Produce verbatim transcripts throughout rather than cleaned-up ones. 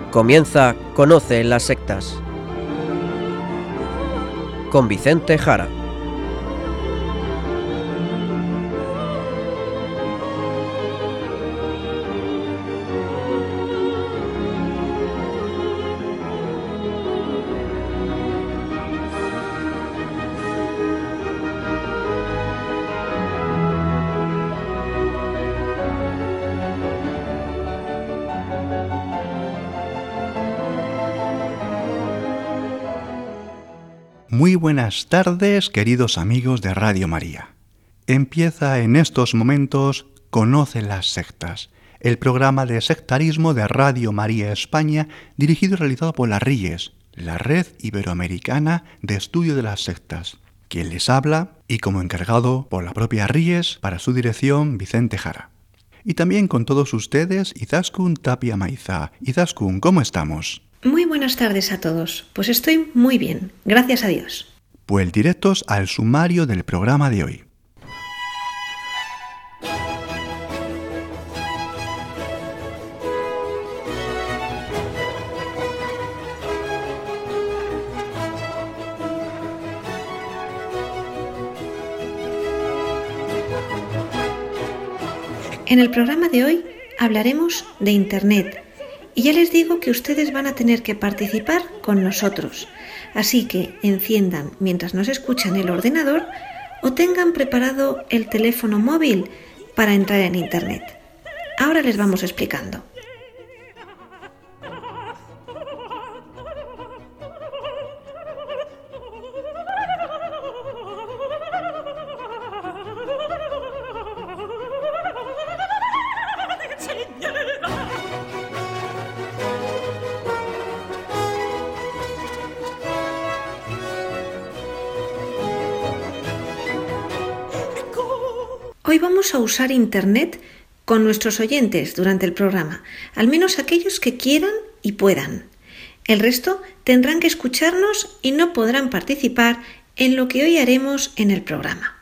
Comienza Conoce las sectas con Vicente Jara. Muy buenas tardes, queridos amigos de Radio María. Empieza en estos momentos Conoce las sectas, el programa de sectarismo de Radio María España, dirigido y realizado por la RIES, la Red Iberoamericana de Estudio de las Sectas, quien les habla y como encargado por la propia RIES para su dirección Vicente Jara. Y también con todos ustedes Izaskun Tapia Maiza. Izaskun, ¿cómo estamos? Muy buenas tardes a todos. Pues estoy muy bien, gracias a Dios. Pues directos al sumario del programa de hoy. En el programa de hoy hablaremos de Internet. Y ya les digo que ustedes van a tener que participar con nosotros. Así que enciendan mientras nos escuchan el ordenador o tengan preparado el teléfono móvil para entrar en Internet. Ahora les vamos explicando. Hoy vamos a usar Internet con nuestros oyentes durante el programa, al menos aquellos que quieran y puedan. El resto tendrán que escucharnos y no podrán participar en lo que hoy haremos en el programa.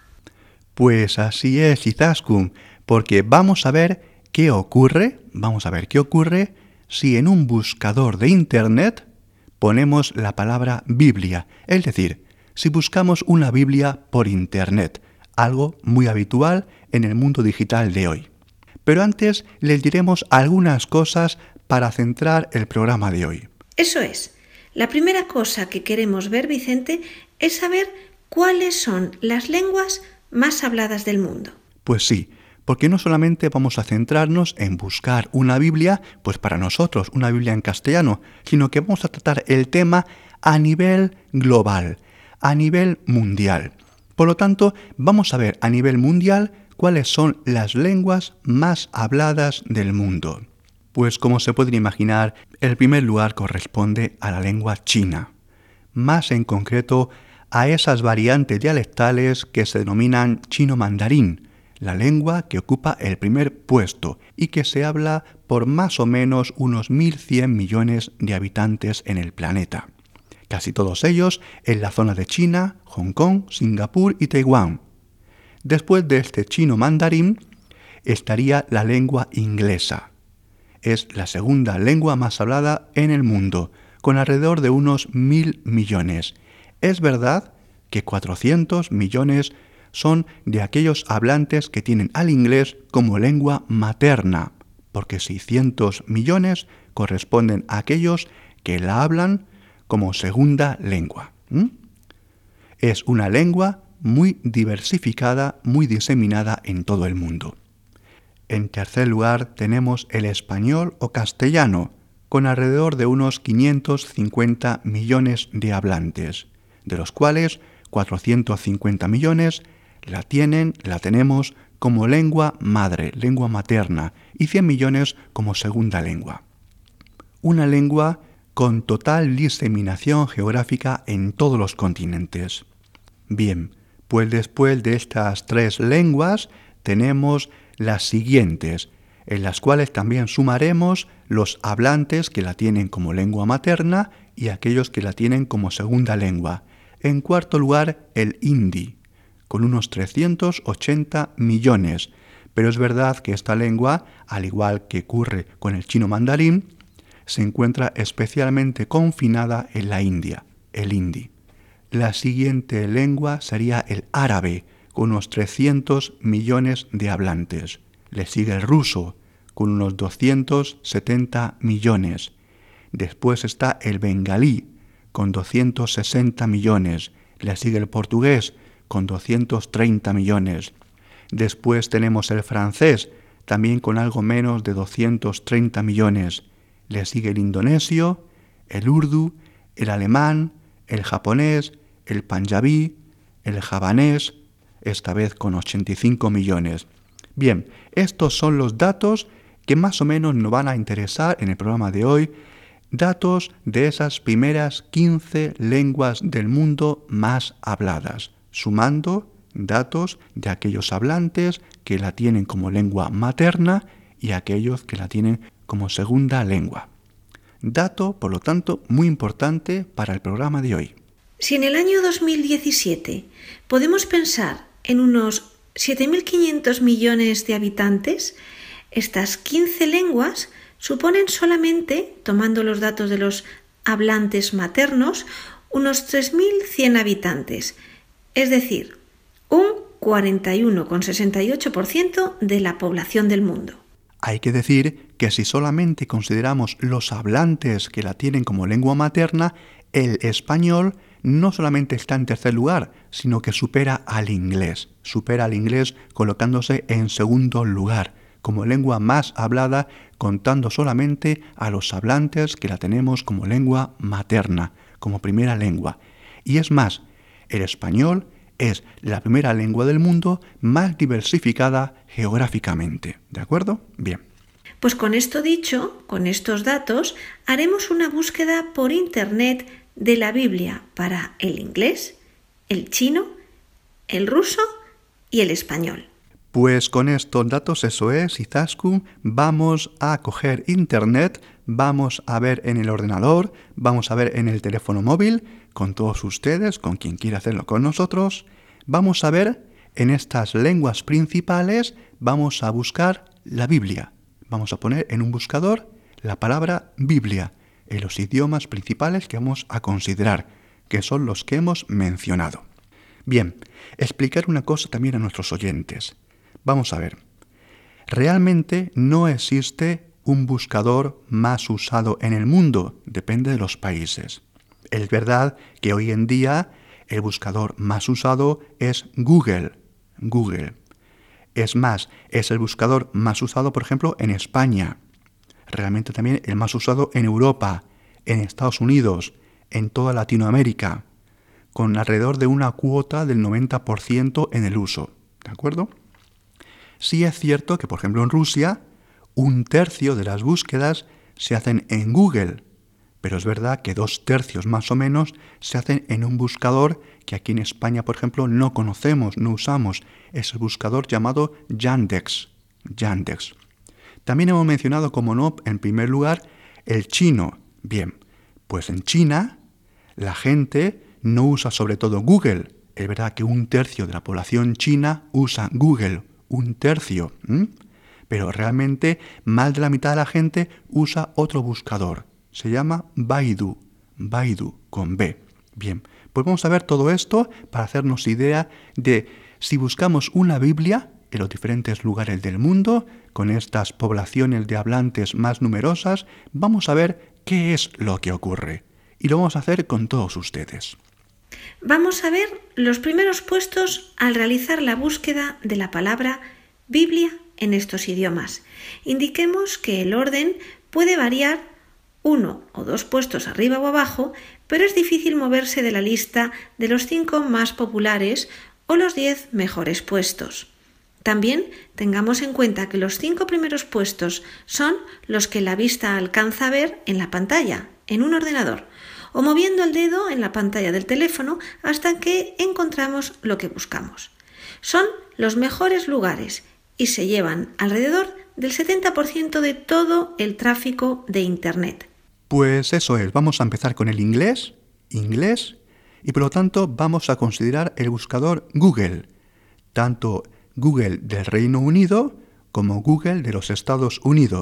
Pues así es, Izaskun, porque vamos a ver qué ocurre, vamos a ver qué ocurre si en un buscador de Internet ponemos la palabra Biblia, es decir, si buscamos una Biblia por Internet, algo muy habitual en el mundo digital de hoy. Pero antes les diremos algunas cosas para centrar el programa de hoy. Eso es. La primera cosa que queremos ver, Vicente, es saber cuáles son las lenguas más habladas del mundo. Pues sí, porque no solamente vamos a centrarnos en buscar una Biblia, pues para nosotros, una Biblia en castellano, sino que vamos a tratar el tema a nivel global, a nivel mundial. Por lo tanto, vamos a ver a nivel mundial cuáles son las lenguas más habladas del mundo. Pues como se pueden imaginar, el primer lugar corresponde a la lengua china, más en concreto a esas variantes dialectales que se denominan chino mandarín, la lengua que ocupa el primer puesto y que se habla por más o menos unos mil cien millones de habitantes en el planeta. Casi todos ellos en la zona de China, Hong Kong, Singapur y Taiwán. Después de este chino mandarín estaría la lengua inglesa. Es la segunda lengua más hablada en el mundo, con alrededor de unos mil millones. Es verdad que cuatrocientos millones son de aquellos hablantes que tienen al inglés como lengua materna, porque seiscientos millones corresponden a aquellos que la hablan como segunda lengua. ¿Mm? Es una lengua muy diversificada, muy diseminada en todo el mundo. En tercer lugar tenemos el español o castellano, con alrededor de unos quinientos cincuenta millones de hablantes, de los cuales cuatrocientos cincuenta millones la tienen, la tenemos como lengua madre, lengua materna, y cien millones como segunda lengua. Una lengua con total diseminación geográfica en todos los continentes. Bien, pues después de estas tres lenguas tenemos las siguientes, en las cuales también sumaremos los hablantes que la tienen como lengua materna y aquellos que la tienen como segunda lengua. En cuarto lugar, el hindi, con unos trescientos ochenta millones, pero es verdad que esta lengua, al igual que ocurre con el chino mandarín, se encuentra especialmente confinada en la India, el hindi. La siguiente lengua sería el árabe, con unos trescientos millones de hablantes. Le sigue el ruso, con unos doscientos setenta millones. Después está el bengalí, con doscientos sesenta millones. Le sigue el portugués, con doscientos treinta millones. Después tenemos el francés, también con algo menos de doscientos treinta millones. Le sigue el indonesio, el urdu, el alemán, el japonés, el panjabí, el javanés, esta vez con ochenta y cinco millones. Bien, estos son los datos que más o menos nos van a interesar en el programa de hoy, datos de esas primeras quince lenguas del mundo más habladas, sumando datos de aquellos hablantes que la tienen como lengua materna y aquellos que la tienen como segunda lengua. Dato, por lo tanto, muy importante para el programa de hoy. Si en el año dos mil diecisiete podemos pensar en unos siete mil quinientos millones de habitantes, estas quince lenguas suponen solamente, tomando los datos de los hablantes maternos, unos tres mil cien habitantes, es decir, un cuarenta y uno coma sesenta y ocho por ciento de la población del mundo. Hay que decir que si solamente consideramos los hablantes que la tienen como lengua materna, el español no solamente está en tercer lugar, sino que supera al inglés. Supera al inglés colocándose en segundo lugar, como lengua más hablada, contando solamente a los hablantes que la tenemos como lengua materna, como primera lengua. Y es más, el español es la primera lengua del mundo más diversificada geográficamente. ¿De acuerdo? Bien. Pues con esto dicho, con estos datos, haremos una búsqueda por Internet de la Biblia para el inglés, el chino, el ruso y el español. Pues con estos datos, eso es, Izaskun, vamos a coger Internet, vamos a ver en el ordenador, vamos a ver en el teléfono móvil, con todos ustedes, con quien quiera hacerlo con nosotros, vamos a ver en estas lenguas principales, vamos a buscar la Biblia. Vamos a poner en un buscador la palabra Biblia, en los idiomas principales que vamos a considerar, que son los que hemos mencionado. Bien, explicar una cosa también a nuestros oyentes. Vamos a ver, realmente no existe un buscador más usado en el mundo, depende de los países. Es verdad que hoy en día el buscador más usado es Google, Google. Es más, es el buscador más usado, por ejemplo, en España. Realmente también el más usado en Europa, en Estados Unidos, en toda Latinoamérica, con alrededor de una cuota del noventa por ciento en el uso. ¿De acuerdo? Sí es cierto que, por ejemplo, en Rusia, un tercio de las búsquedas se hacen en Google, pero es verdad que dos tercios más o menos se hacen en un buscador que aquí en España, por ejemplo, no conocemos, no usamos. Es el buscador llamado Yandex. Yandex. También hemos mencionado, como no, en primer lugar, el chino. Bien, pues en China la gente no usa sobre todo Google. Es verdad que un tercio de la población china usa Google. Un tercio. ¿m? Pero realmente más de la mitad de la gente usa otro buscador. Se llama Baidu. Baidu con B. Bien, pues vamos a ver todo esto para hacernos idea de si buscamos una Biblia en los diferentes lugares del mundo, con estas poblaciones de hablantes más numerosas, vamos a ver qué es lo que ocurre. Y lo vamos a hacer con todos ustedes. Vamos a ver los primeros puestos al realizar la búsqueda de la palabra Biblia en estos idiomas. Indiquemos que el orden puede variar uno o dos puestos arriba o abajo, pero es difícil moverse de la lista de los cinco más populares o los diez mejores puestos. También tengamos en cuenta que los cinco primeros puestos son los que la vista alcanza a ver en la pantalla, en un ordenador, o moviendo el dedo en la pantalla del teléfono hasta que encontramos lo que buscamos. Son los mejores lugares y se llevan alrededor del setenta por ciento de todo el tráfico de Internet. Pues eso es, vamos a empezar con el inglés, inglés, y por lo tanto vamos a considerar el buscador Google, tanto Google del Reino Unido como Google de los Estados Unidos.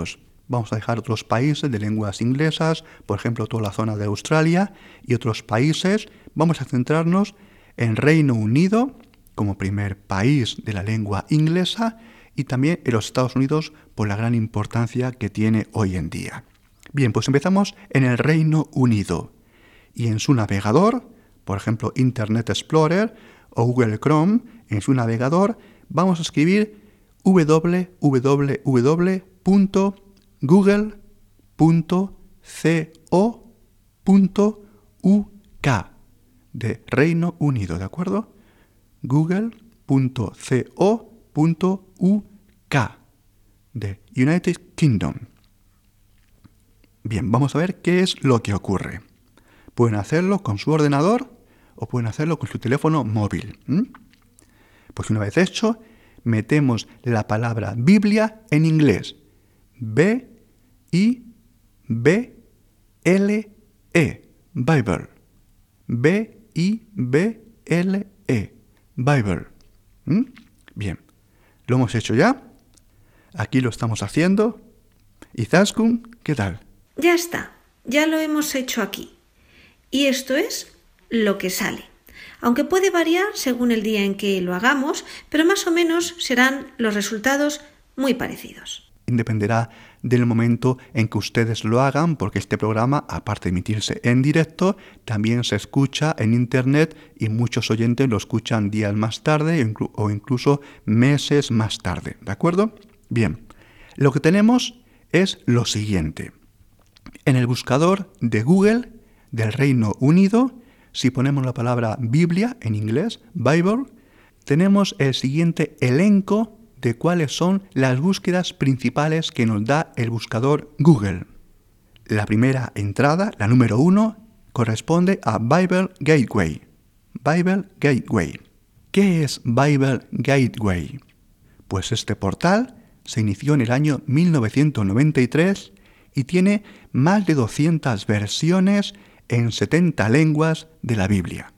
Vamos a dejar otros países de lenguas inglesas, por ejemplo, toda la zona de Australia y otros países. Vamos a centrarnos en Reino Unido como primer país de la lengua inglesa y también en los Estados Unidos por la gran importancia que tiene hoy en día. Bien, pues empezamos en el Reino Unido y en su navegador, por ejemplo, Internet Explorer o Google Chrome, en su navegador vamos a escribir w w w punto google punto co punto u k de Reino Unido, ¿de acuerdo? google punto co punto u k de United Kingdom. Bien, vamos a ver qué es lo que ocurre. Pueden hacerlo con su ordenador o pueden hacerlo con su teléfono móvil. ¿Mm? Pues una vez hecho, metemos la palabra Biblia en inglés. B I B L E. Bible. B I B L E. Bible. ¿Mm? Bien. ¿Lo hemos hecho ya? Aquí lo estamos haciendo. Izaskun, ¿qué tal? Ya está. Ya lo hemos hecho aquí. Y esto es lo que sale. Aunque puede variar según el día en que lo hagamos, pero más o menos serán los resultados muy parecidos. Dependerá del momento en que ustedes lo hagan, porque este programa, aparte de emitirse en directo, también se escucha en Internet y muchos oyentes lo escuchan días más tarde o incluso meses más tarde. ¿De acuerdo? Bien, lo que tenemos es lo siguiente. En el buscador de Google del Reino Unido, si ponemos la palabra Biblia en inglés, Bible, tenemos el siguiente elenco de cuáles son las búsquedas principales que nos da el buscador Google. La primera entrada, la número uno, corresponde a Bible Gateway. Bible Gateway. ¿Qué es Bible Gateway? Pues este portal se inició en el año mil novecientos noventa y tres y tiene más de doscientas versiones en setenta lenguas de la Biblia.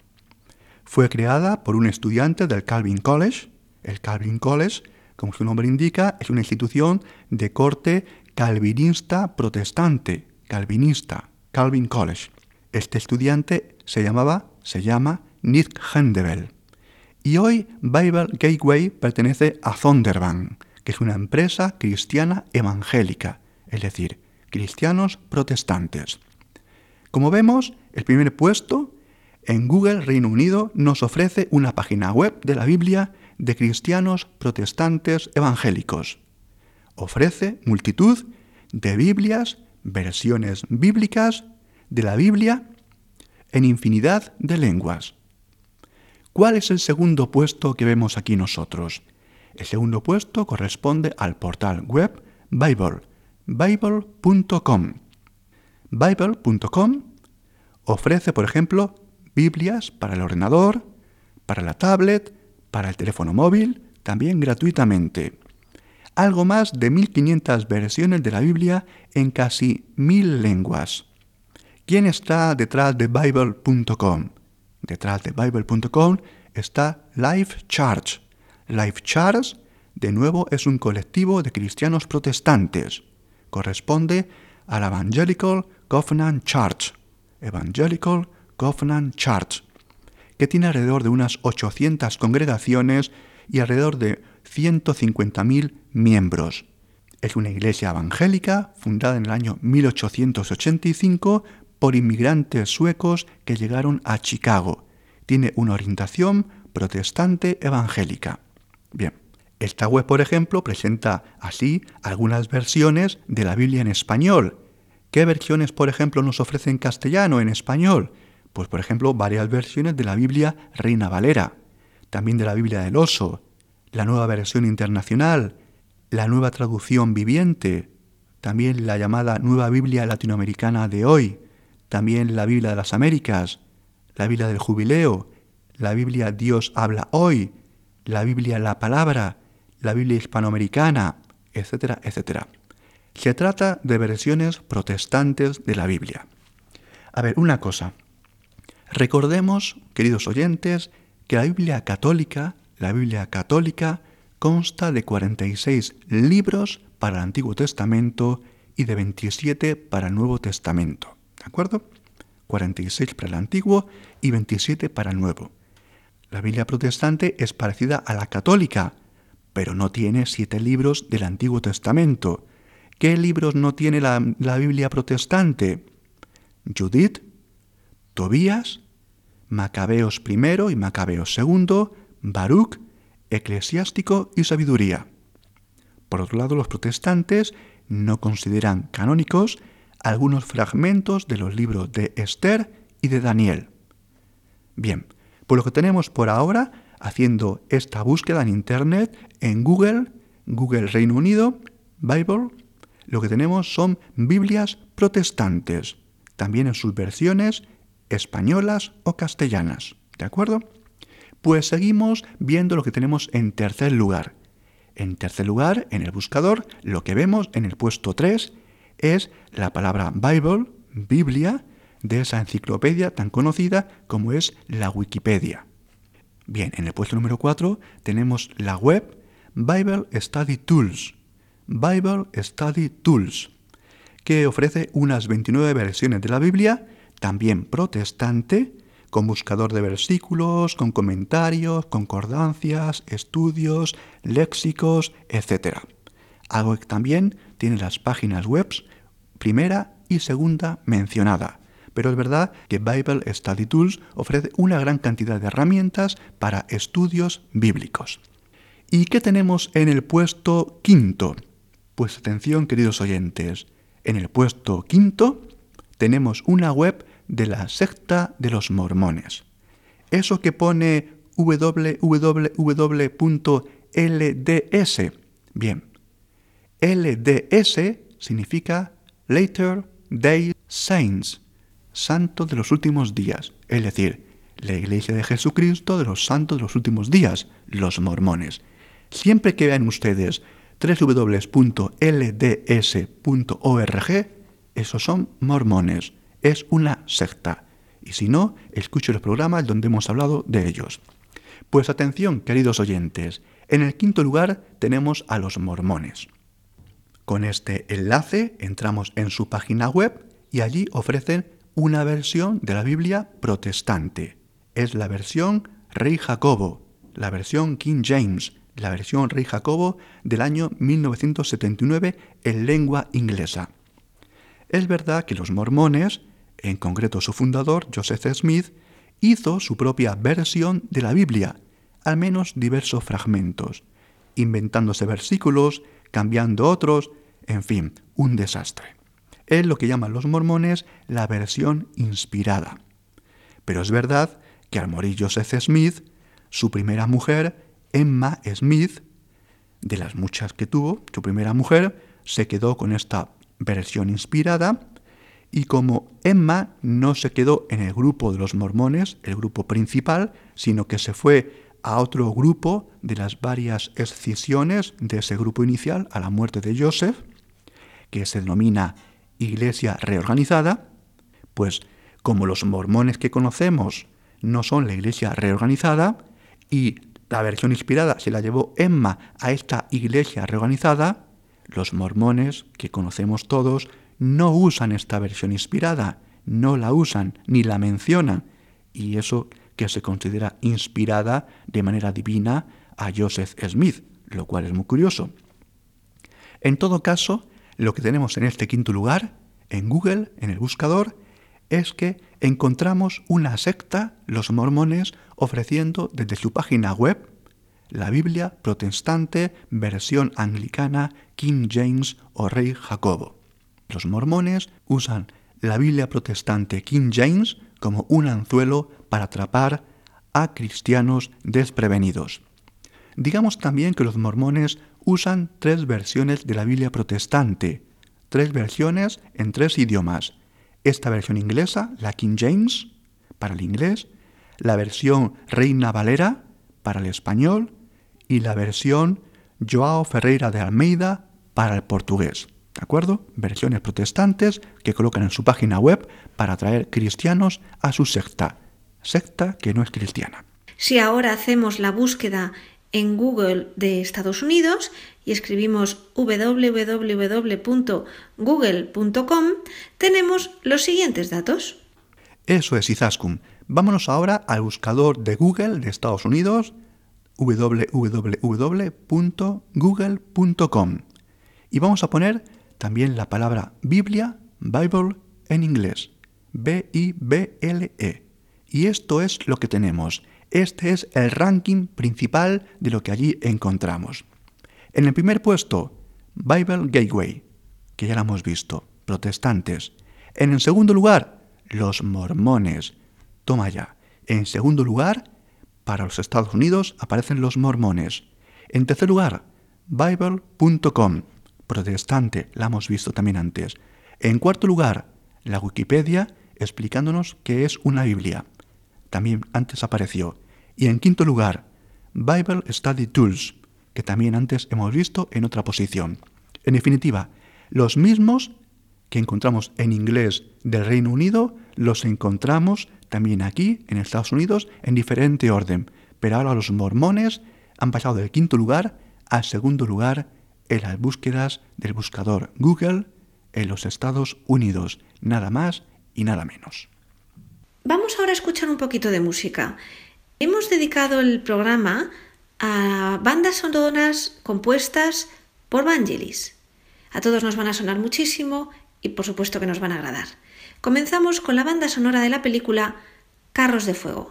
Fue creada por un estudiante del Calvin College. El Calvin College, como su nombre indica, es una institución de corte calvinista protestante, calvinista, Calvin College. Este estudiante se llamaba, se llama Nick Hendebel. Y hoy Bible Gateway pertenece a Zondervan, que es una empresa cristiana evangélica, es decir, cristianos protestantes. Como vemos, el primer puesto en Google Reino Unido nos ofrece una página web de la Biblia de cristianos protestantes evangélicos. Ofrece multitud de Biblias, versiones bíblicas de la Biblia en infinidad de lenguas. ¿Cuál es el segundo puesto que vemos aquí nosotros? El segundo puesto corresponde al portal web Bible, bible punto com. Bible punto com ofrece, por ejemplo, Biblias para el ordenador, para la tablet, para el teléfono móvil, también gratuitamente. Algo más de mil quinientas versiones de la Biblia en casi mil lenguas. ¿Quién está detrás de Bible punto com? Detrás de Bible punto com está Life Church. Life Church, de nuevo, es un colectivo de cristianos protestantes. Corresponde a la Evangelical Covenant Church. Evangelical Covenant Church, que tiene alrededor de unas ochocientas congregaciones y alrededor de ciento cincuenta mil miembros. Es una iglesia evangélica fundada en el año mil ochocientos ochenta y cinco por inmigrantes suecos que llegaron a Chicago. Tiene una orientación protestante evangélica. Bien, esta web, por ejemplo, presenta así algunas versiones de la Biblia en español. ¿Qué versiones, por ejemplo, nos ofrece en castellano, en español? Pues, por ejemplo, varias versiones de la Biblia Reina Valera, también de la Biblia del Oso, la nueva versión internacional, la nueva traducción viviente, también la llamada Nueva Biblia Latinoamericana de hoy, también la Biblia de las Américas, la Biblia del Jubileo, la Biblia Dios habla hoy, la Biblia La Palabra, la Biblia hispanoamericana, etcétera, etcétera. Se trata de versiones protestantes de la Biblia. A ver, una cosa. Recordemos, queridos oyentes, que la Biblia católica, la Biblia católica consta de cuarenta y seis libros para el Antiguo Testamento y de veintisiete para el Nuevo Testamento. ¿De acuerdo? cuarenta y seis para el Antiguo y veintisiete para el Nuevo. La Biblia protestante es parecida a la católica, pero no tiene siete libros del Antiguo Testamento. ¿Qué libros no tiene la, la Biblia protestante? Judith, Tobías, Macabeos primero y Macabeos segundo, Baruch, Eclesiástico y Sabiduría. Por otro lado, los protestantes no consideran canónicos algunos fragmentos de los libros de Esther y de Daniel. Bien, pues lo que tenemos por ahora, haciendo esta búsqueda en Internet, en Google, Google Reino Unido, Bible, lo que tenemos son Biblias protestantes, también en sus versiones españolas o castellanas. ¿De acuerdo? Pues seguimos viendo lo que tenemos en tercer lugar. En tercer lugar, en el buscador, lo que vemos en el puesto tres es la palabra Bible, Biblia, de esa enciclopedia tan conocida como es la Wikipedia. Bien, en el puesto número cuatro tenemos la web Bible Study Tools, Bible Study Tools, que ofrece unas veintinueve versiones de la Biblia, también protestante, con buscador de versículos, con comentarios, concordancias, estudios, léxicos, etcétera. Algo que también tiene las páginas web primera y segunda mencionada. Pero es verdad que Bible Study Tools ofrece una gran cantidad de herramientas para estudios bíblicos. ¿Y qué tenemos en el puesto quinto? Pues atención, queridos oyentes, en el puesto quinto tenemos una web de la secta de los mormones. Eso que pone doble u doble u doble u punto L D S. Bien, L D S significa Latter Day Saints, santo de los últimos días, es decir, la Iglesia de Jesucristo de los santos de los últimos días, los mormones. Siempre que vean ustedes doble u doble u doble u punto L D S punto org, esos son mormones, es una secta. Y si no, escuche los programas donde hemos hablado de ellos. Pues atención, queridos oyentes, en el quinto lugar tenemos a los mormones. Con este enlace entramos en su página web y allí ofrecen una versión de la Biblia protestante. Es la versión Rey Jacobo, la versión King James, la versión Rey Jacobo del año mil novecientos setenta y nueve en lengua inglesa. Es verdad que los mormones, en concreto su fundador, Joseph Smith, hizo su propia versión de la Biblia, al menos diversos fragmentos, inventándose versículos, cambiando otros, en fin, un desastre. Es lo que llaman los mormones la versión inspirada. Pero es verdad que al morir Joseph Smith, su primera mujer, Emma Smith, de las muchas que tuvo, su primera mujer, se quedó con esta versión inspirada, y como Emma no se quedó en el grupo de los mormones, el grupo principal, sino que se fue a otro grupo de las varias escisiones de ese grupo inicial a la muerte de Joseph, que se denomina Iglesia Reorganizada, pues como los mormones que conocemos no son la Iglesia Reorganizada y la versión inspirada se la llevó Emma a esta Iglesia Reorganizada, los mormones que conocemos todos no usan esta versión inspirada, no la usan ni la mencionan, y eso que se considera inspirada de manera divina a Joseph Smith, lo cual es muy curioso. En todo caso, lo que tenemos en este quinto lugar, en Google, en el buscador, es que encontramos una secta, los mormones, ofreciendo desde su página web la Biblia protestante versión anglicana King James o Rey Jacobo. Los mormones usan la Biblia protestante King James como un anzuelo para atrapar a cristianos desprevenidos. Digamos también que los mormones usan tres versiones de la Biblia protestante, tres versiones en tres idiomas. Esta versión inglesa, la King James, para el inglés, la versión Reina Valera, para el español, y la versión João Ferreira de Almeida, para el portugués. ¿De acuerdo? Versiones protestantes que colocan en su página web para atraer cristianos a su secta. Secta que no es cristiana. Si ahora hacemos la búsqueda en Google de Estados Unidos y escribimos doble u doble u doble u punto google punto com, tenemos los siguientes datos. Eso es, Izaskun. Vámonos ahora al buscador de Google de Estados Unidos, doble u doble u doble u punto google punto com. Y vamos a poner también la palabra Biblia, Bible, en inglés, B I B L E. Y esto es lo que tenemos. Este es el ranking principal de lo que allí encontramos. En el primer puesto, Bible Gateway, que ya lo hemos visto, protestantes. En el segundo lugar, los mormones. Toma ya. En segundo lugar, para los Estados Unidos aparecen los mormones. En tercer lugar, bible punto com, protestante, la hemos visto también antes. En cuarto lugar, la Wikipedia, explicándonos qué es una Biblia. También antes apareció. Y en quinto lugar, Bible Study Tools, que también antes hemos visto en otra posición. En definitiva, los mismos que encontramos en inglés del Reino Unido, los encontramos también aquí, en Estados Unidos, en diferente orden. Pero ahora los mormones han pasado del quinto lugar al segundo lugar en las búsquedas del buscador Google en los Estados Unidos. Nada más y nada menos. Vamos ahora a escuchar un poquito de música. Hemos dedicado el programa a bandas sonoras compuestas por Vangelis. A todos nos van a sonar muchísimo y por supuesto que nos van a agradar. Comenzamos con la banda sonora de la película Carros de Fuego.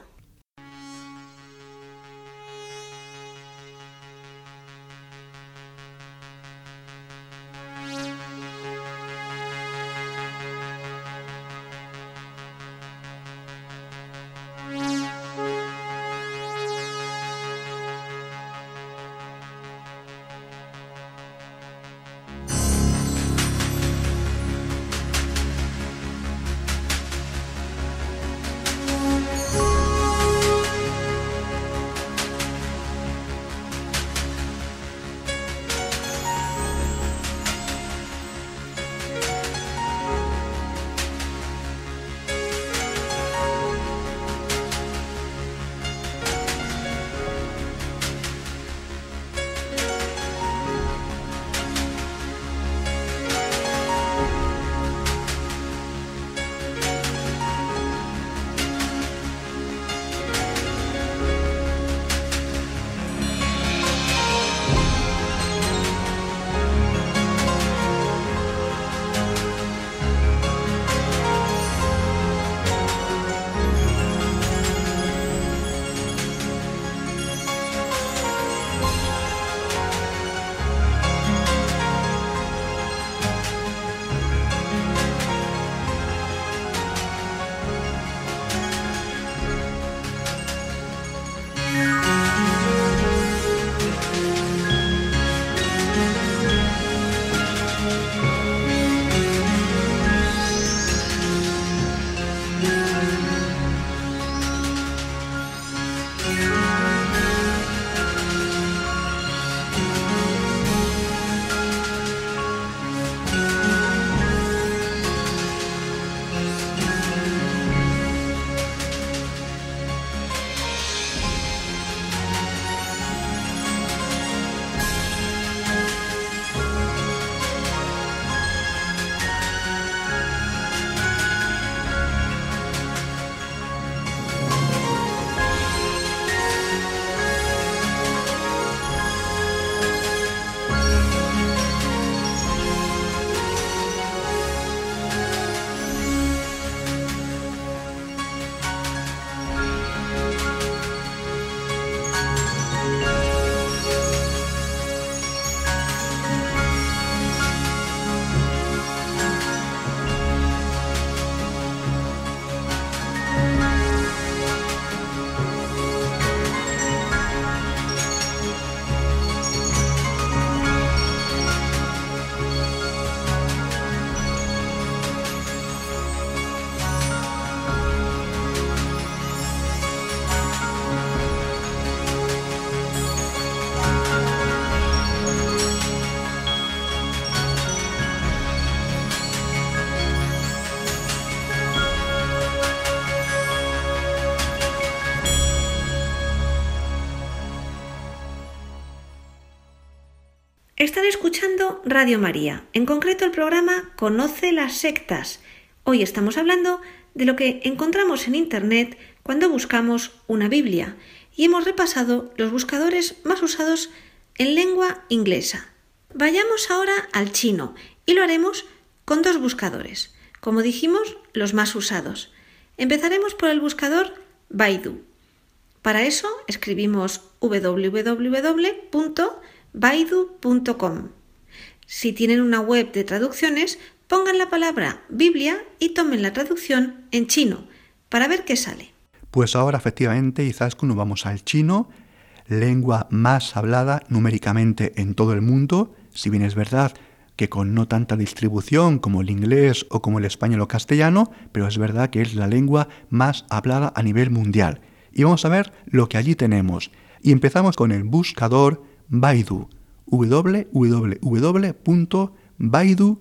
Están escuchando Radio María, en concreto el programa Conoce las sectas. Hoy estamos hablando de lo que encontramos en Internet cuando buscamos una Biblia y hemos repasado los buscadores más usados en lengua inglesa. Vayamos ahora al chino y lo haremos con dos buscadores, como dijimos, los más usados. Empezaremos por el buscador Baidu. Para eso escribimos doble u doble u doble u punto baidu punto com. Si tienen una web de traducciones, pongan la palabra Biblia y tomen la traducción en chino para ver qué sale. Pues ahora efectivamente, Izaskun, nos vamos al chino, lengua más hablada numéricamente en todo el mundo, si bien es verdad que con no tanta distribución como el inglés o como el español o castellano, pero es verdad que es la lengua más hablada a nivel mundial. Y vamos a ver lo que allí tenemos. Y empezamos con el buscador Baidu, doble u doble u doble u punto baidu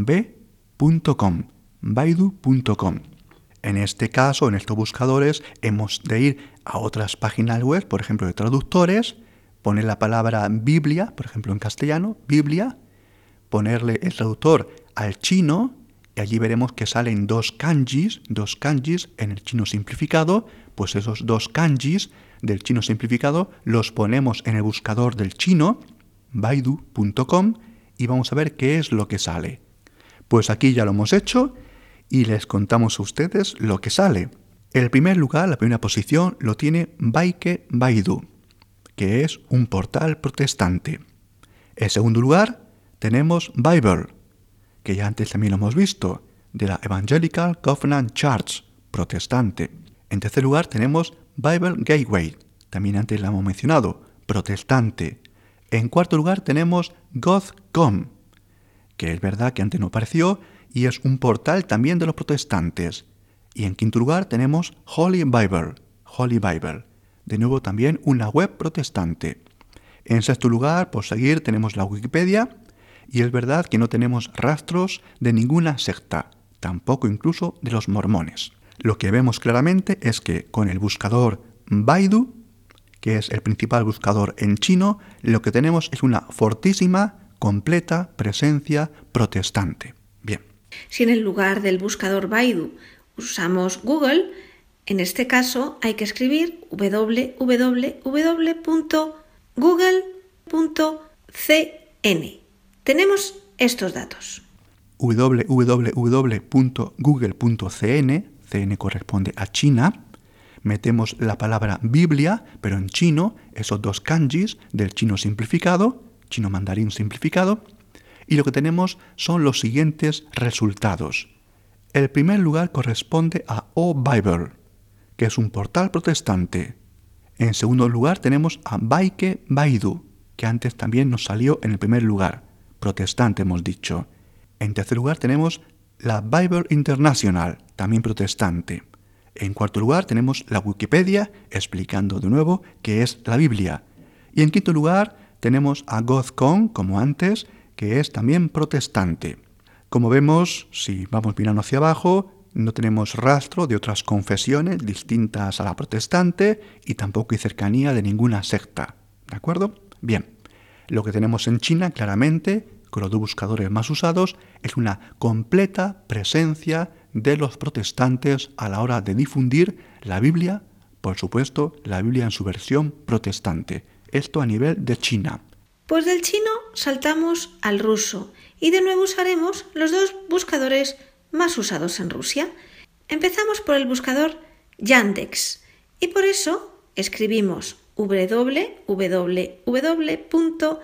punto com, baidu punto com. En este caso, en estos buscadores, hemos de ir a otras páginas web, por ejemplo, de traductores, poner la palabra Biblia, por ejemplo, en castellano, Biblia, ponerle el traductor al chino, y allí veremos que salen dos kanjis, dos kanjis en el chino simplificado, pues esos dos kanjis del chino simplificado los ponemos en el buscador del chino, baidu punto com, y vamos a ver qué es lo que sale. Pues aquí ya lo hemos hecho y les contamos a ustedes lo que sale. El primer lugar, la primera posición, lo tiene Baike Baidu, que es un portal protestante. En segundo lugar, tenemos Bible, que ya antes también lo hemos visto, de la Evangelical Covenant Church, protestante. En tercer lugar, tenemos Bible Gateway, también antes la hemos mencionado, protestante. En cuarto lugar, tenemos God punto com, que es verdad que antes no apareció y es un portal también de los protestantes. Y en quinto lugar tenemos Holy Bible, Holy Bible, de nuevo también una web protestante. En sexto lugar, por seguir, tenemos la Wikipedia, y es verdad que no tenemos rastros de ninguna secta, tampoco incluso de los mormones. Lo que vemos claramente es que con el buscador Baidu, que es el principal buscador en chino, lo que tenemos es una fortísima, completa presencia protestante. Bien. Si en el lugar del buscador Baidu usamos Google, en este caso hay que escribir doble u doble u doble u punto google punto c n. Tenemos estos datos. doble u doble u doble u punto google punto c n, C N corresponde a China. Metemos la palabra Biblia, pero en chino, esos dos kanjis del chino simplificado, chino mandarín simplificado, y lo que tenemos son los siguientes resultados. El primer lugar corresponde a O Bible, que es un portal protestante. En segundo lugar tenemos a Baike Baidu, que antes también nos salió en el primer lugar, protestante hemos dicho. En tercer lugar tenemos la Bible International, también protestante. En cuarto lugar tenemos la Wikipedia, explicando de nuevo qué es la Biblia. Y en quinto lugar tenemos a God punto com, como antes, que es también protestante. Como vemos, si vamos mirando hacia abajo, no tenemos rastro de otras confesiones distintas a la protestante y tampoco hay cercanía de ninguna secta. ¿De acuerdo? Bien. Lo que tenemos en China, claramente, con los dos buscadores más usados, es una completa presencia de los protestantes a la hora de difundir la Biblia, por supuesto, la Biblia en su versión protestante. Esto a nivel de China. Pues del chino saltamos al ruso y de nuevo usaremos los dos buscadores más usados en Rusia. Empezamos por el buscador Yandex y por eso escribimos doble u doble u doble u punto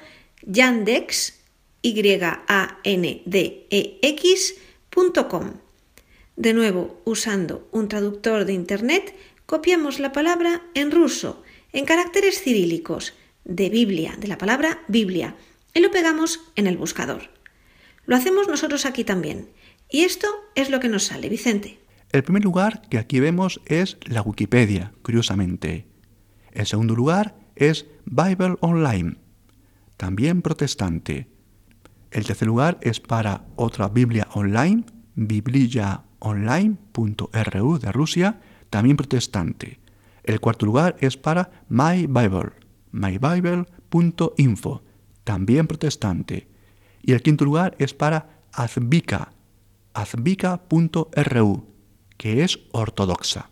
yandex punto com. De nuevo, usando un traductor de Internet, copiamos la palabra en ruso, en caracteres cirílicos, de Biblia, de la palabra Biblia, y lo pegamos en el buscador. Lo hacemos nosotros aquí también. Y esto es lo que nos sale, Vicente. El primer lugar que aquí vemos es la Wikipedia, curiosamente. El segundo lugar es Bible Online, también protestante. El tercer lugar es para otra Biblia online, bibliaonline punto r u de Rusia, también protestante. El cuarto lugar es para My Bible, my bible punto info, también protestante. Y el quinto lugar es para Azbica, azbica punto r u, que es ortodoxa.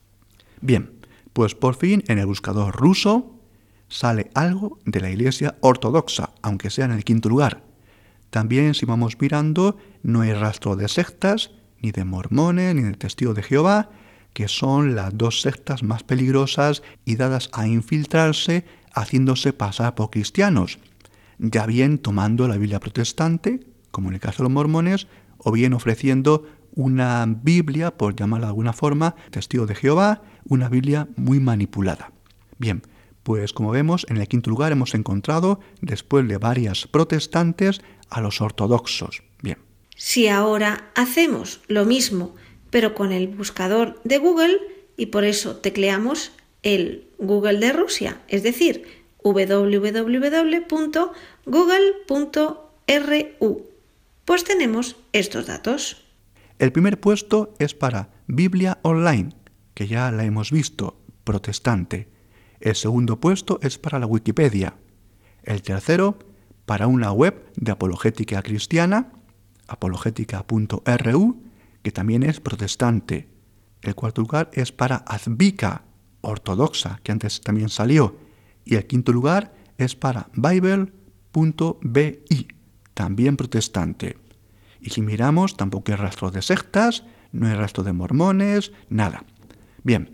Bien, pues por fin en el buscador ruso sale algo de la Iglesia ortodoxa, aunque sea en el quinto lugar. También, si vamos mirando, no hay rastro de sectas, ni de mormones, ni de testigos de Jehová, que son las dos sectas más peligrosas y dadas a infiltrarse haciéndose pasar por cristianos, ya bien tomando la Biblia protestante, como en el caso de los mormones, o bien ofreciendo una Biblia, por llamarla de alguna forma, testigo de Jehová, una Biblia muy manipulada. Bien, pues como vemos, en el quinto lugar hemos encontrado, después de varias protestantes, a los ortodoxos. Bien. Si ahora hacemos lo mismo, pero con el buscador de Google, y por eso tecleamos el Google de Rusia, es decir, doble u doble u doble u punto google punto r u, pues tenemos estos datos. El primer puesto es para Biblia Online, que ya la hemos visto, protestante. El segundo puesto es para la Wikipedia. El tercero, para una web de apologética cristiana, apologética punto r u, que también es protestante. El cuarto lugar es para Azbica, ortodoxa, que antes también salió. Y el quinto lugar es para bible punto b i, también protestante. Y si miramos, tampoco hay rastro de sectas, no hay rastro de mormones, nada. Bien,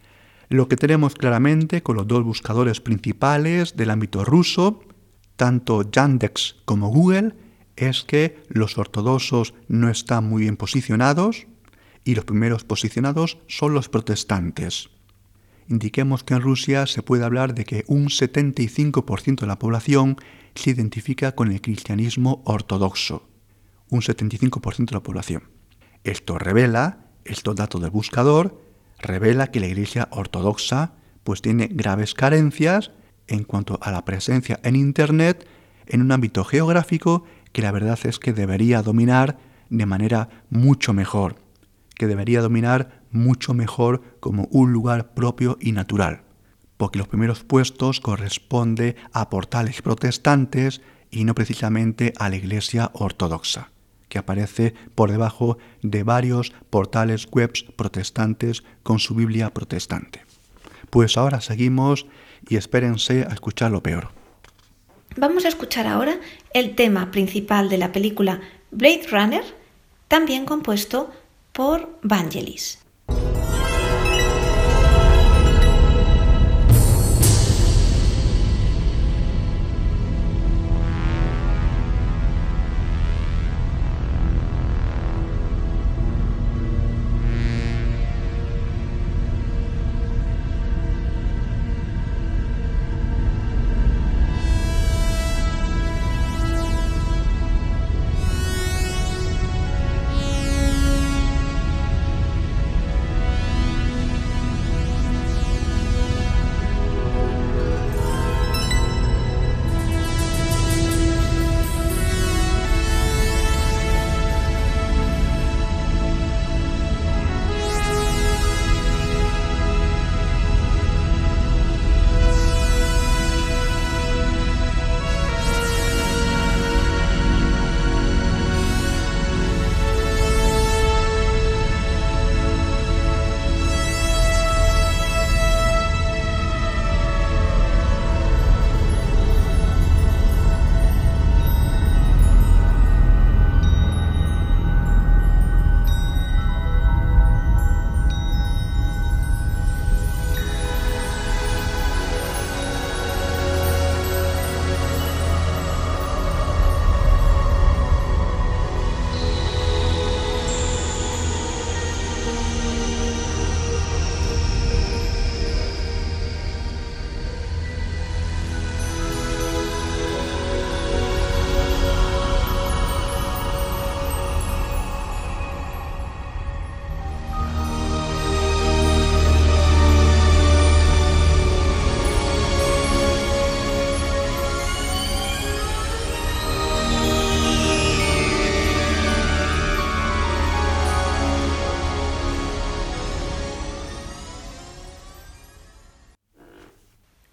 lo que tenemos claramente con los dos buscadores principales del ámbito ruso, tanto Yandex como Google, es que los ortodoxos no están muy bien posicionados y los primeros posicionados son los protestantes. Indiquemos que en Rusia se puede hablar de que un setenta y cinco por ciento de la población se identifica con el cristianismo ortodoxo. Un setenta y cinco por ciento de la población. Esto revela, estos datos del buscador, revela que la Iglesia ortodoxa pues tiene graves carencias en cuanto a la presencia en Internet en un ámbito geográfico que la verdad es que debería dominar de manera mucho mejor, que debería dominar mucho mejor como un lugar propio y natural, porque los primeros puestos corresponden a portales protestantes y no precisamente a la Iglesia ortodoxa, que aparece por debajo de varios portales web protestantes con su Biblia protestante. Pues ahora seguimos y espérense a escuchar lo peor. Vamos a escuchar ahora el tema principal de la película Blade Runner, también compuesto por Vangelis.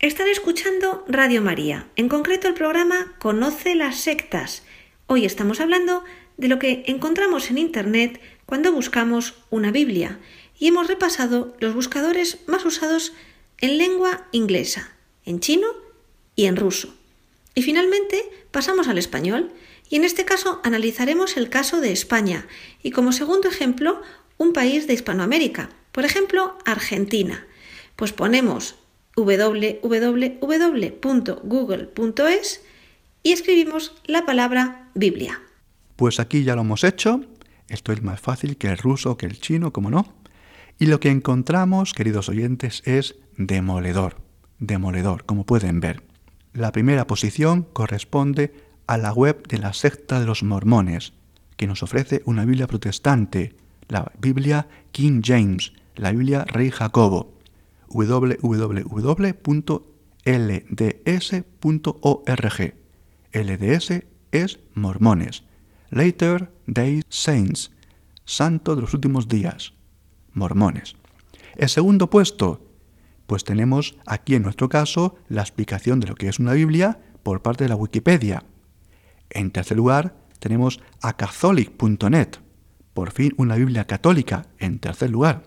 Están escuchando Radio María, en concreto el programa Conoce las sectas. Hoy estamos hablando de lo que encontramos en Internet cuando buscamos una Biblia y hemos repasado los buscadores más usados en lengua inglesa, en chino y en ruso. Y finalmente pasamos al español y en este caso analizaremos el caso de España y como segundo ejemplo un país de Hispanoamérica, por ejemplo Argentina. Pues ponemos doble u doble u doble u punto google punto es y escribimos la palabra Biblia. Pues aquí ya lo hemos hecho. Esto es más fácil que el ruso, que el chino, como no. Y lo que encontramos, queridos oyentes, es demoledor. Demoledor, como pueden ver. La primera posición corresponde a la web de la secta de los mormones, que nos ofrece una Biblia protestante, la Biblia King James, la Biblia Rey Jacobo. doble u doble u doble u punto l d s punto org. L D S es mormones. Later Day Saints, santo de los últimos días. Mormones. El segundo puesto, pues tenemos aquí en nuestro caso la explicación de lo que es una Biblia por parte de la Wikipedia. En tercer lugar tenemos a catholic punto net, por fin una Biblia católica en tercer lugar.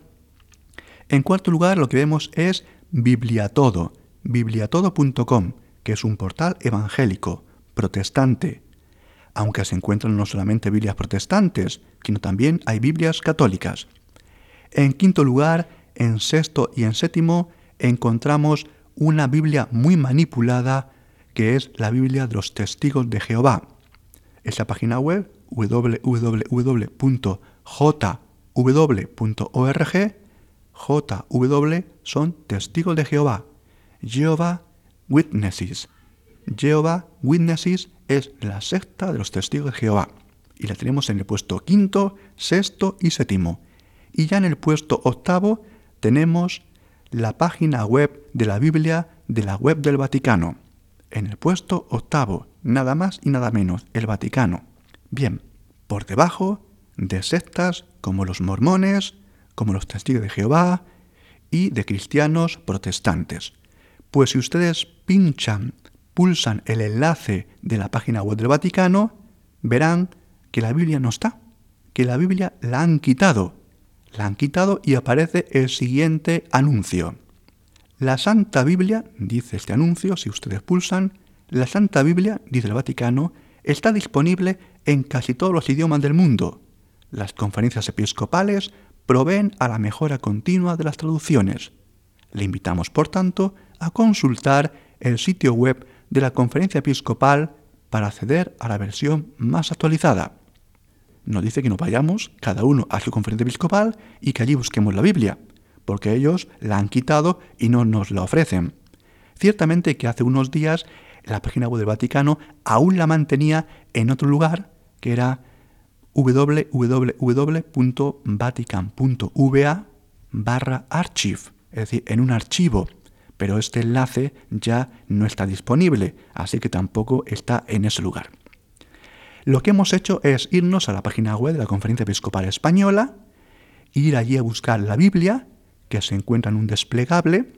En cuarto lugar, lo que vemos es Bibliatodo, bibliatodo punto com, que es un portal evangélico, protestante. Aunque se encuentran no solamente Biblias protestantes, sino también hay Biblias católicas. En quinto lugar, en sexto y en séptimo, encontramos una Biblia muy manipulada, que es la Biblia de los Testigos de Jehová. Esa página web, doble u doble u doble u punto j w punto org, J W son Testigos de Jehová, Jehovah Witnesses. Jehovah Witnesses es la secta de los Testigos de Jehová y la tenemos en el puesto quinto, sexto y séptimo. Y ya en el puesto octavo tenemos la página web de la Biblia de la web del Vaticano. En el puesto octavo, nada más y nada menos, el Vaticano. Bien, por debajo de sectas como los mormones, como los Testigos de Jehová y de cristianos protestantes. Pues si ustedes pinchan, pulsan el enlace de la página web del Vaticano, verán que la Biblia no está, que la Biblia la han quitado. La han quitado y aparece el siguiente anuncio. La Santa Biblia, dice este anuncio, si ustedes pulsan, la Santa Biblia, dice el Vaticano, está disponible en casi todos los idiomas del mundo. Las conferencias episcopales proveen a la mejora continua de las traducciones. Le invitamos, por tanto, a consultar el sitio web de la Conferencia Episcopal para acceder a la versión más actualizada. Nos dice que nos vayamos cada uno a su conferencia episcopal y que allí busquemos la Biblia, porque ellos la han quitado y no nos la ofrecen. Ciertamente que hace unos días la página web del Vaticano aún la mantenía en otro lugar, que era doble u doble u doble u punto vatican punto v a barra archive, es decir, en un archivo, pero este enlace ya no está disponible, así que tampoco está en ese lugar. Lo que hemos hecho es irnos a la página web de la Conferencia Episcopal Española, ir allí a buscar la Biblia, que se encuentra en un desplegable,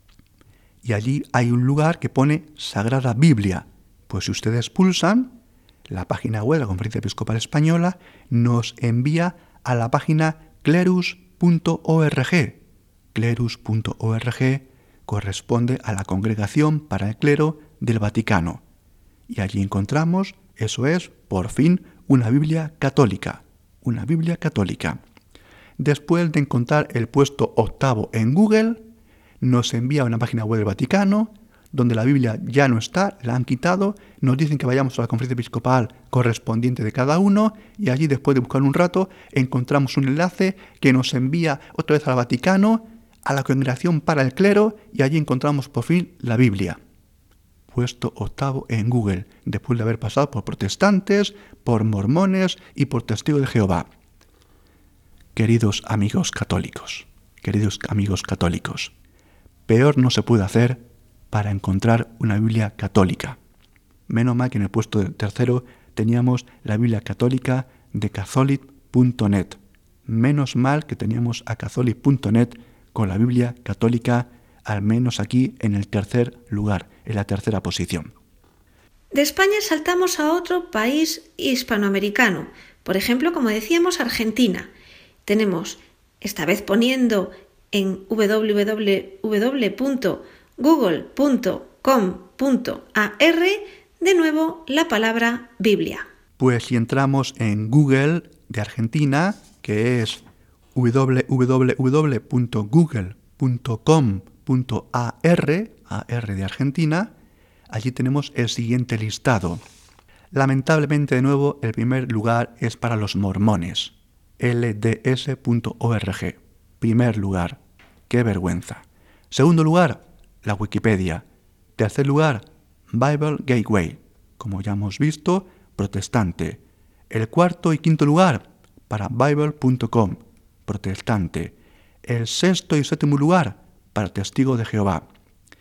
y allí hay un lugar que pone Sagrada Biblia. Pues si ustedes pulsan, la página web de la Conferencia Episcopal Española nos envía a la página clerus punto org. clerus punto org corresponde a la Congregación para el Clero del Vaticano. Y allí encontramos, eso es, por fin, una Biblia católica. Una Biblia católica. Después de encontrar el puesto octavo en Google, nos envía a una página web del Vaticano, donde la Biblia ya no está, la han quitado, nos dicen que vayamos a la conferencia episcopal correspondiente de cada uno y allí, después de buscar un rato, encontramos un enlace que nos envía otra vez al Vaticano, a la Congregación para el Clero, y allí encontramos por fin la Biblia. Puesto octavo en Google, después de haber pasado por protestantes, por mormones y por Testigos de Jehová. Queridos amigos católicos, queridos amigos católicos, peor no se puede hacer para encontrar una Biblia católica. Menos mal que en el puesto tercero teníamos la Biblia católica de catholic punto net. Menos mal que teníamos a catholic punto net con la Biblia católica al menos aquí en el tercer lugar, en la tercera posición. De España saltamos a otro país hispanoamericano, por ejemplo, como decíamos, Argentina. Tenemos, esta vez poniendo en doble u doble u doble u punto google punto com punto a r de nuevo la palabra Biblia. Pues si entramos en Google de Argentina, que es doble u doble u doble u punto google punto com punto a r, A R de Argentina, allí tenemos el siguiente listado. Lamentablemente, de nuevo, el primer lugar es para los mormones. L D S punto org. Primer lugar. ¡Qué vergüenza! Segundo lugar, la Wikipedia. Tercer lugar, Bible Gateway. Como ya hemos visto, protestante. El cuarto y quinto lugar, para bible punto com, protestante. El sexto y séptimo lugar, para Testigo de Jehová.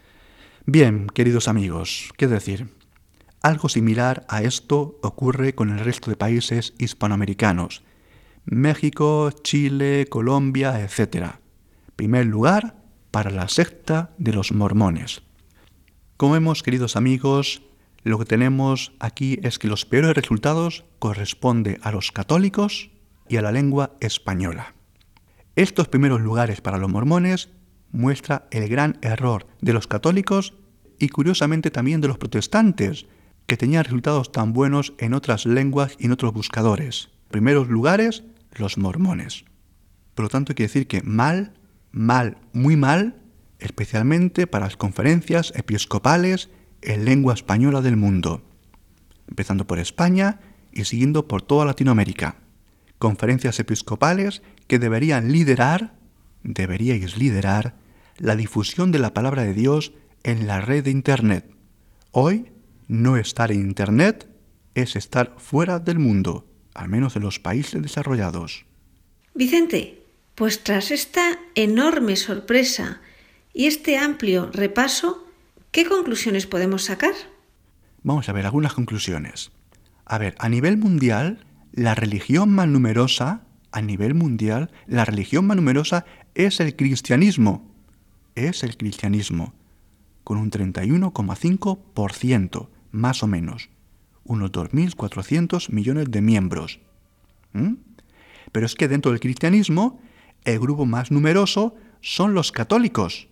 Bien, queridos amigos, ¿qué decir? Algo similar a esto ocurre con el resto de países hispanoamericanos. México, Chile, Colombia, etcétera. Primer lugar para la secta de los mormones. Como vemos, queridos amigos, lo que tenemos aquí es que los peores resultados corresponden a los católicos y a la lengua española. Estos primeros lugares para los mormones muestra el gran error de los católicos y curiosamente también de los protestantes, que tenían resultados tan buenos en otras lenguas y en otros buscadores. Primeros lugares, los mormones. Por lo tanto, hay que decir que mal, mal, muy mal, especialmente para las conferencias episcopales en lengua española del mundo, empezando por España y siguiendo por toda Latinoamérica. Conferencias episcopales que deberían liderar, deberíais liderar, la difusión de la palabra de Dios en la red de Internet. Hoy, no estar en Internet es estar fuera del mundo, al menos en los países desarrollados. Vicente, pues tras esta enorme sorpresa y este amplio repaso, ¿qué conclusiones podemos sacar? Vamos a ver algunas conclusiones. A ver, a nivel mundial, la religión más numerosa, a nivel mundial, la religión más numerosa es el cristianismo. Es el cristianismo, con un treinta y uno coma cinco por ciento, más o menos, unos dos mil cuatrocientos millones de miembros. ¿Mm? Pero es que dentro del cristianismo, el grupo más numeroso son los católicos,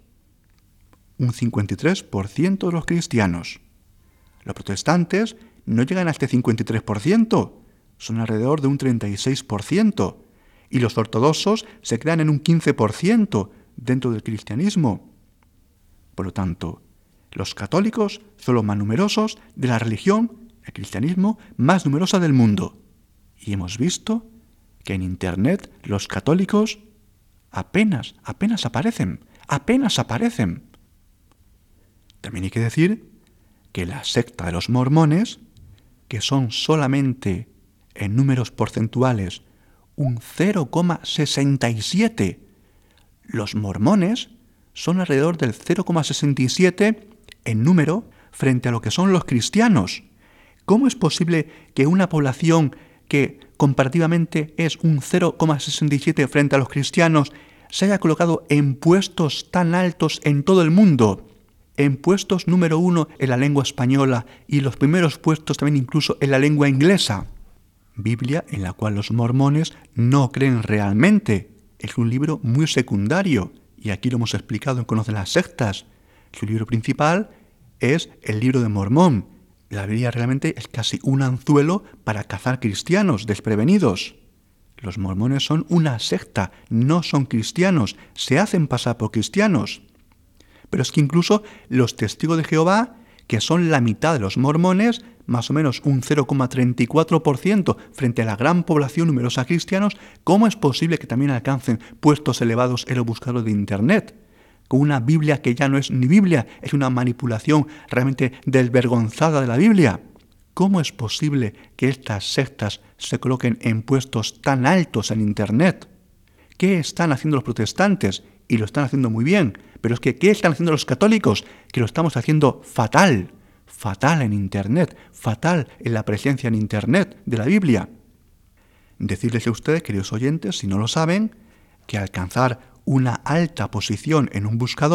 un cincuenta y tres por ciento de los cristianos. Los protestantes no llegan a este cincuenta y tres por ciento, son alrededor de un treinta y seis por ciento, y los ortodoxos se quedan en un quince por ciento dentro del cristianismo. Por lo tanto, los católicos son los más numerosos de la religión, el cristianismo, más numerosa del mundo. Y hemos visto que en Internet los católicos apenas, apenas aparecen, apenas aparecen. También hay que decir que la secta de los mormones, que son solamente en números porcentuales un cero coma sesenta y siete, los mormones son alrededor del cero coma sesenta y siete en número frente a lo que son los cristianos. ¿Cómo es posible que una población que comparativamente es un cero coma sesenta y siete frente a los cristianos se haya colocado en puestos tan altos en todo el mundo? En puestos número uno en la lengua española y los primeros puestos también incluso en la lengua inglesa. Biblia en la cual los mormones no creen realmente. Es un libro muy secundario y aquí lo hemos explicado en Conoce las sectas. Su libro principal es el libro de Mormón. La Biblia realmente es casi un anzuelo para cazar cristianos desprevenidos. Los mormones son una secta, no son cristianos, se hacen pasar por cristianos. Pero es que incluso los testigos de Jehová, que son la mitad de los mormones, más o menos un cero coma treinta y cuatro por ciento frente a la gran población numerosa de cristianos, ¿cómo es posible que también alcancen puestos elevados en los buscadores de Internet? Con una Biblia que ya no es ni Biblia, es una manipulación realmente desvergonzada de la Biblia. ¿Cómo es posible que estas sectas se coloquen en puestos tan altos en Internet? ¿Qué están haciendo los protestantes? Y lo están haciendo muy bien. Pero es que, ¿qué están haciendo los católicos? Que lo estamos haciendo fatal. Fatal en Internet. Fatal en la presencia en Internet de la Biblia. Decirles a ustedes, queridos oyentes, si no lo saben, que alcanzar una alta posición en un buscador,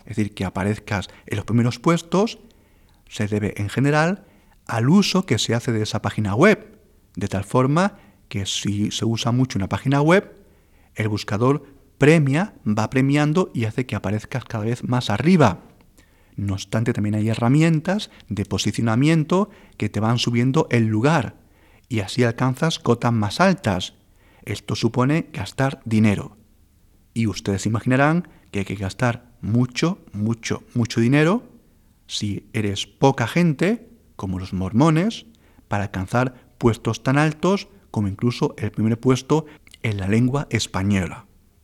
es decir, que aparezcas en los primeros puestos, se debe en general al uso que se hace de esa página web, de tal forma que si se usa mucho una página web, el buscador premia, va premiando y hace que aparezcas cada vez más arriba. No obstante, también hay herramientas de posicionamiento que te van subiendo el lugar y así alcanzas cotas más altas. Esto supone gastar dinero. Y ustedes imaginarán que hay que gastar mucho, mucho, mucho dinero si eres poca gente, como los mormones, para alcanzar puestos tan altos como incluso el primer puesto en la lengua española.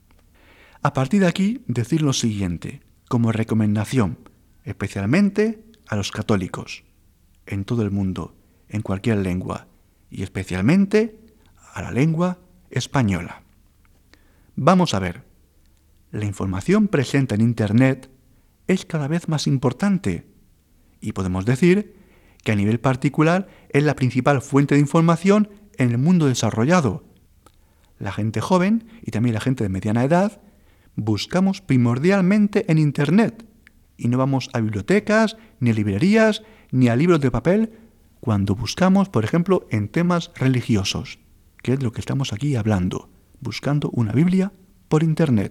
A partir de aquí, decir lo siguiente, como recomendación, especialmente a los católicos, en todo el mundo, en cualquier lengua, y especialmente a la lengua española. Vamos a ver, la información presente en Internet es cada vez más importante, y podemos decir que a nivel particular es la principal fuente de información en el mundo desarrollado. La gente joven y también la gente de mediana edad buscamos primordialmente en Internet y no vamos a bibliotecas, ni a librerías, ni a libros de papel cuando buscamos, por ejemplo, en temas religiosos, que es lo que estamos aquí hablando, buscando una Biblia por Internet.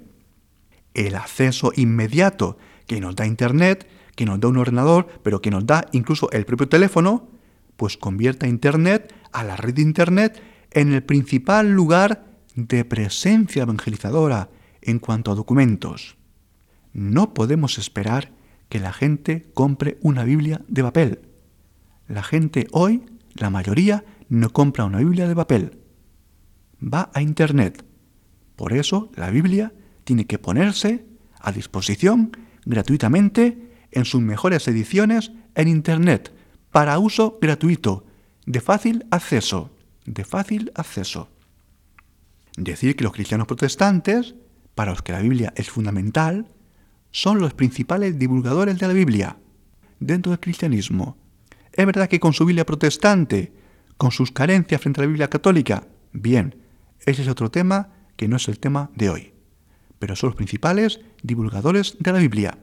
El acceso inmediato que nos da Internet, que nos da un ordenador, pero que nos da incluso el propio teléfono, pues convierte a Internet, a la red de Internet, en el principal lugar de presencia evangelizadora en cuanto a documentos. No podemos esperar que la gente compre una Biblia de papel. La gente hoy, la mayoría, no compra una Biblia de papel. Va a Internet. Por eso la Biblia tiene que ponerse a disposición gratuitamente en sus mejores ediciones en Internet, para uso gratuito, de fácil acceso, de fácil acceso. Decir que los cristianos protestantes, para los que la Biblia es fundamental, son los principales divulgadores de la Biblia dentro del cristianismo. Es verdad que con su Biblia protestante, con sus carencias frente a la Biblia católica, bien, ese es otro tema que no es el tema de hoy. Pero son los principales divulgadores de la Biblia.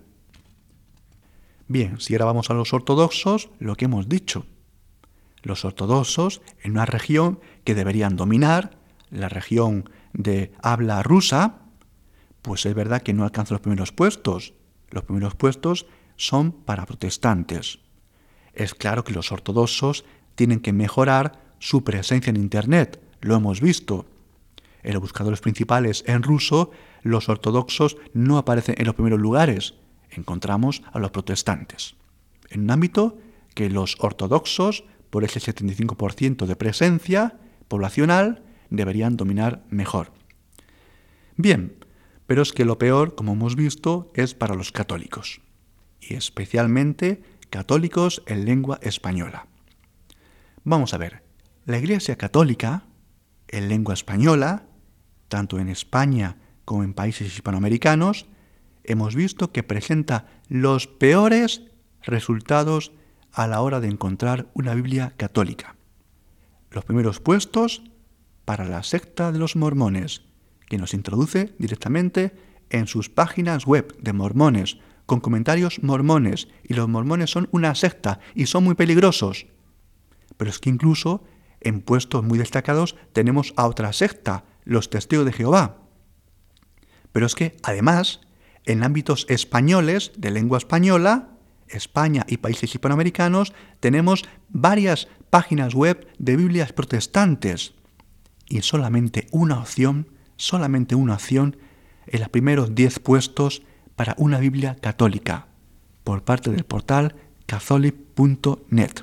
Bien, si ahora vamos a los ortodoxos, lo que hemos dicho. Los ortodoxos, en una región que deberían dominar, la región de habla rusa, pues es verdad que no alcanzan los primeros puestos. Los primeros puestos son para protestantes. Es claro que los ortodoxos tienen que mejorar su presencia en Internet, lo hemos visto. En los buscadores principales en ruso, los ortodoxos no aparecen en los primeros lugares. Encontramos a los protestantes. En un ámbito que los ortodoxos, por ese setenta y cinco por ciento de presencia poblacional, deberían dominar mejor. Bien, pero es que lo peor, como hemos visto, es para los católicos, y especialmente católicos en lengua española. Vamos a ver, la Iglesia Católica, en lengua española, tanto en España como en países hispanoamericanos, hemos visto que presenta los peores resultados a la hora de encontrar una Biblia católica. Los primeros puestos para la secta de los mormones, que nos introduce directamente en sus páginas web de mormones, con comentarios mormones, y los mormones son una secta y son muy peligrosos. Pero es que incluso en puestos muy destacados tenemos a otra secta, los Testigos de Jehová. Pero es que, además, en ámbitos españoles, de lengua española, España y países hispanoamericanos, tenemos varias páginas web de Biblias protestantes. Y solamente una opción, solamente una opción en los primeros diez puestos para una Biblia católica, por parte del portal catholic punto net.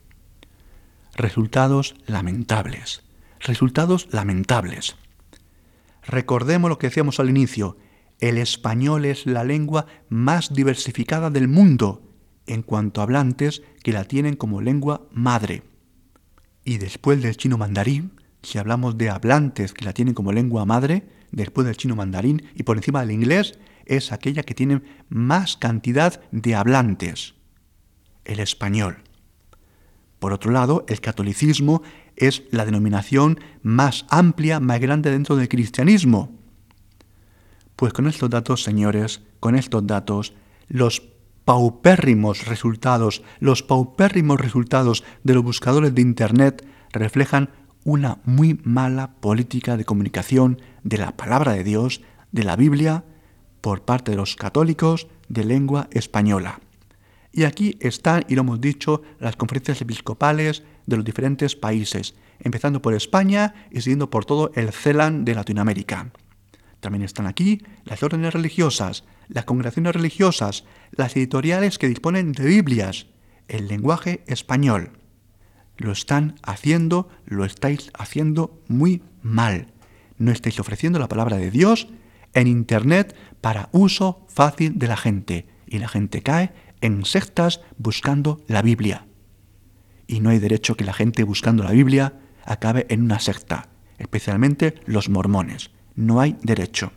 Resultados lamentables, resultados lamentables. Recordemos lo que decíamos al inicio, el español es la lengua más diversificada del mundo en cuanto a hablantes que la tienen como lengua madre. Y después del chino mandarín, si hablamos de hablantes que la tienen como lengua madre, después del chino mandarín y por encima del inglés, es aquella que tiene más cantidad de hablantes, el español. Por otro lado, el catolicismo es la denominación más amplia, más grande dentro del cristianismo. Pues con estos datos, señores, con estos datos, los paupérrimos resultados, los paupérrimos resultados de los buscadores de Internet reflejan una muy mala política de comunicación de la palabra de Dios, de la Biblia, por parte de los católicos de lengua española. Y aquí están, y lo hemos dicho, las conferencias episcopales de los diferentes países, empezando por España y siguiendo por todo el CELAN de Latinoamérica. También están aquí las órdenes religiosas, las congregaciones religiosas, las editoriales que disponen de Biblias, el lenguaje español. Lo están haciendo, lo estáis haciendo muy mal. No estáis ofreciendo la palabra de Dios en Internet para uso fácil de la gente. Y la gente cae en sectas buscando la Biblia. Y no hay derecho que la gente buscando la Biblia acabe en una secta, especialmente los mormones. No hay derecho.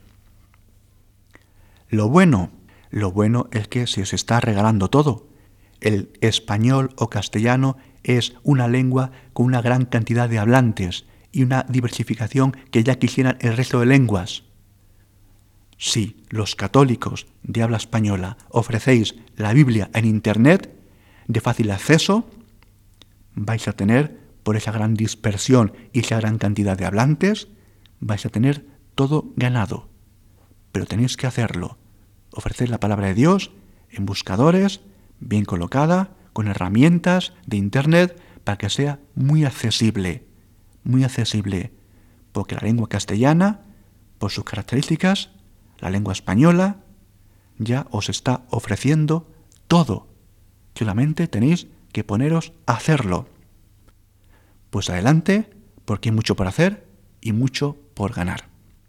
Lo bueno, lo bueno es que se os está regalando todo. El español o castellano es una lengua con una gran cantidad de hablantes y una diversificación que ya quisieran el resto de lenguas. Si los católicos de habla española ofrecéis la Biblia en Internet de fácil acceso, vais a tener, por esa gran dispersión y esa gran cantidad de hablantes, vais a tener todo ganado. Pero tenéis que hacerlo. Ofrecer la palabra de Dios en buscadores, bien colocada, con herramientas de Internet, para que sea muy accesible. Muy accesible. Porque la lengua castellana, por sus características, la lengua española, ya os está ofreciendo todo. Solamente tenéis que poneros a hacerlo. Pues adelante, porque hay mucho por hacer y mucho por ganar.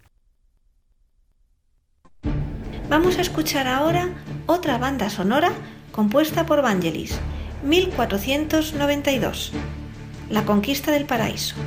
Vamos a escuchar ahora otra banda sonora compuesta por Vangelis, mil cuatrocientos noventa y dos, La conquista del paraíso.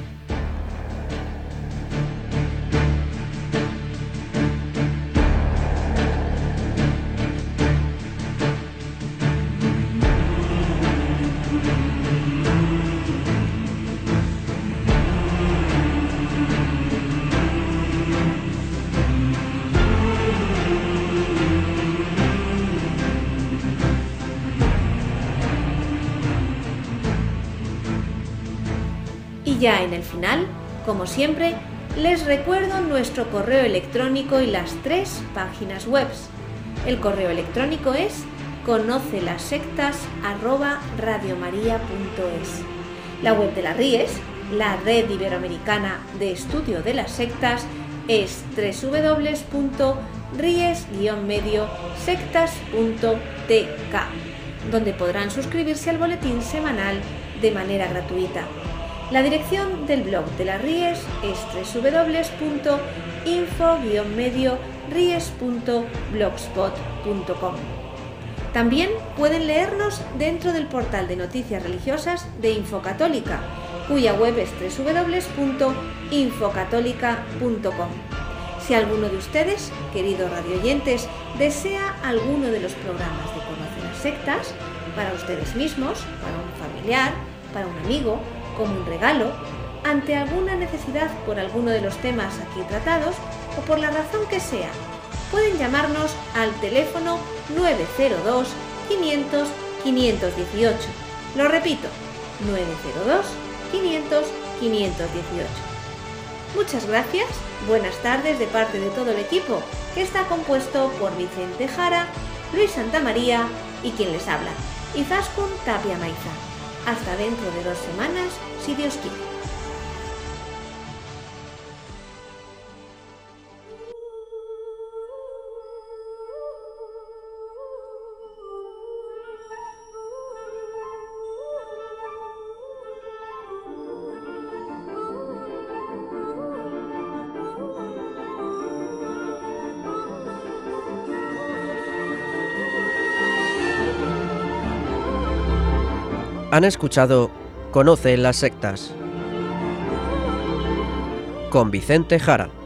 Ya en el final, como siempre, les recuerdo nuestro correo electrónico y las tres páginas web. El correo electrónico es conocelasectas arroba radiomaria punto es. La web de la RIES, la Red Iberoamericana de Estudio de las Sectas, es doble u doble u doble u punto ries guion medio sectas punto t k, donde podrán suscribirse al boletín semanal de manera gratuita. La dirección del blog de la RIES es doble u doble u doble u punto info guion medio ries punto blogspot punto com. También pueden leernos dentro del portal de noticias religiosas de Infocatólica, cuya web es doble u doble u doble u punto infocatólica punto com. Si alguno de ustedes, queridos radioyentes, desea alguno de los programas de Conoce las Sectas, para ustedes mismos, para un familiar, para un amigo, como un regalo, ante alguna necesidad por alguno de los temas aquí tratados o por la razón que sea, pueden llamarnos al teléfono nueve cero dos, quinientos, quinientos dieciocho. Lo repito, nueve cero dos, quinientos, quinientos dieciocho. Muchas gracias, buenas tardes de parte de todo el equipo, que está compuesto por Vicente Jara, Luis Santamaría y quien les habla, Izaskun Tapia Maiza. Hasta dentro de dos semanas, si Dios quiere. Han escuchado Conoce las sectas con Vicente Jara.